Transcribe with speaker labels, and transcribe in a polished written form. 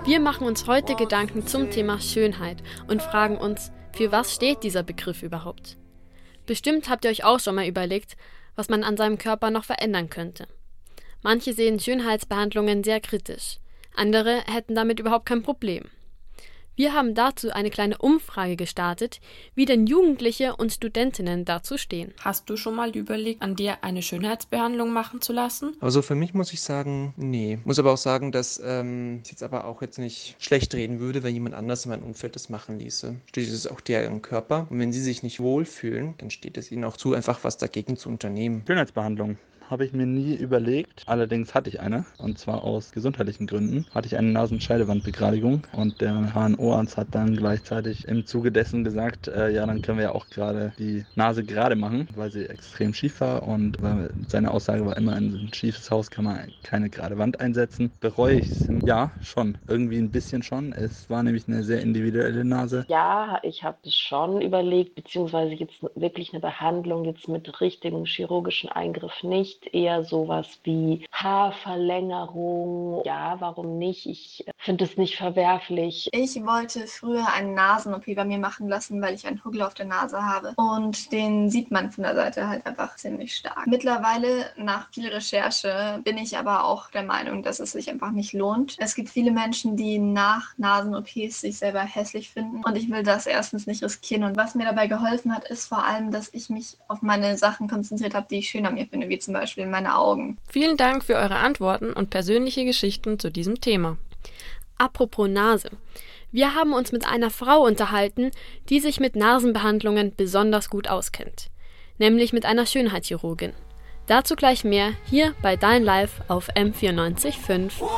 Speaker 1: Wir machen uns heute Gedanken zum Thema Schönheit und fragen uns, für was steht dieser Begriff überhaupt? Bestimmt habt ihr euch auch schon mal überlegt, was man an seinem Körper noch verändern könnte. Manche sehen Schönheitsbehandlungen sehr kritisch, andere hätten damit überhaupt kein Problem. Wir haben dazu eine kleine Umfrage gestartet, wie denn Jugendliche und Studentinnen dazu stehen.
Speaker 2: Hast du schon mal überlegt, an dir eine Schönheitsbehandlung machen zu lassen?
Speaker 3: Also für mich muss ich sagen, nee. Muss aber auch sagen, dass ich jetzt aber auch jetzt nicht schlecht reden würde, wenn jemand anders in meinem Umfeld das machen ließe. Schließlich ist es auch deren Körper. Und wenn sie sich nicht wohlfühlen, dann steht es ihnen auch zu, einfach was dagegen zu unternehmen.
Speaker 4: Schönheitsbehandlung habe ich mir nie überlegt. Allerdings hatte ich eine, und zwar aus gesundheitlichen Gründen. Hatte ich eine Nasenscheidewandbegradigung und der HNO-Arzt hat dann gleichzeitig im Zuge dessen gesagt, ja, dann können wir ja auch gerade die Nase gerade machen, weil sie extrem schief war, und seine Aussage war immer, in ein schiefes Haus kann man keine gerade Wand einsetzen. Bereue ich es? Ja, schon. Irgendwie ein bisschen schon. Es war nämlich eine sehr individuelle Nase.
Speaker 5: Ja, ich habe es schon überlegt, beziehungsweise jetzt wirklich eine Behandlung jetzt mit richtigem chirurgischen Eingriff nicht. Eher sowas wie Haarverlängerung. Ja, warum nicht? Ich finde es nicht verwerflich.
Speaker 6: Ich wollte früher eine Nasen-OP bei mir machen lassen, weil ich einen Huggel auf der Nase habe. Und den sieht man von der Seite halt einfach ziemlich stark. Mittlerweile, nach viel Recherche, bin ich aber auch der Meinung, dass es sich einfach nicht lohnt. Es gibt viele Menschen, die nach Nasen-OPs sich selber hässlich finden. Und ich will das erstens nicht riskieren. Und was mir dabei geholfen hat, ist vor allem, dass ich mich auf meine Sachen konzentriert habe, die ich schön an mir finde, wie zum Beispiel in meine Augen.
Speaker 1: Vielen Dank für eure Antworten und persönliche Geschichten zu diesem Thema. Apropos Nase. Wir haben uns mit einer Frau unterhalten, die sich mit Nasenbehandlungen besonders gut auskennt. Nämlich mit einer Schönheitschirurgin. Dazu gleich mehr hier bei Dein Live auf M94.5.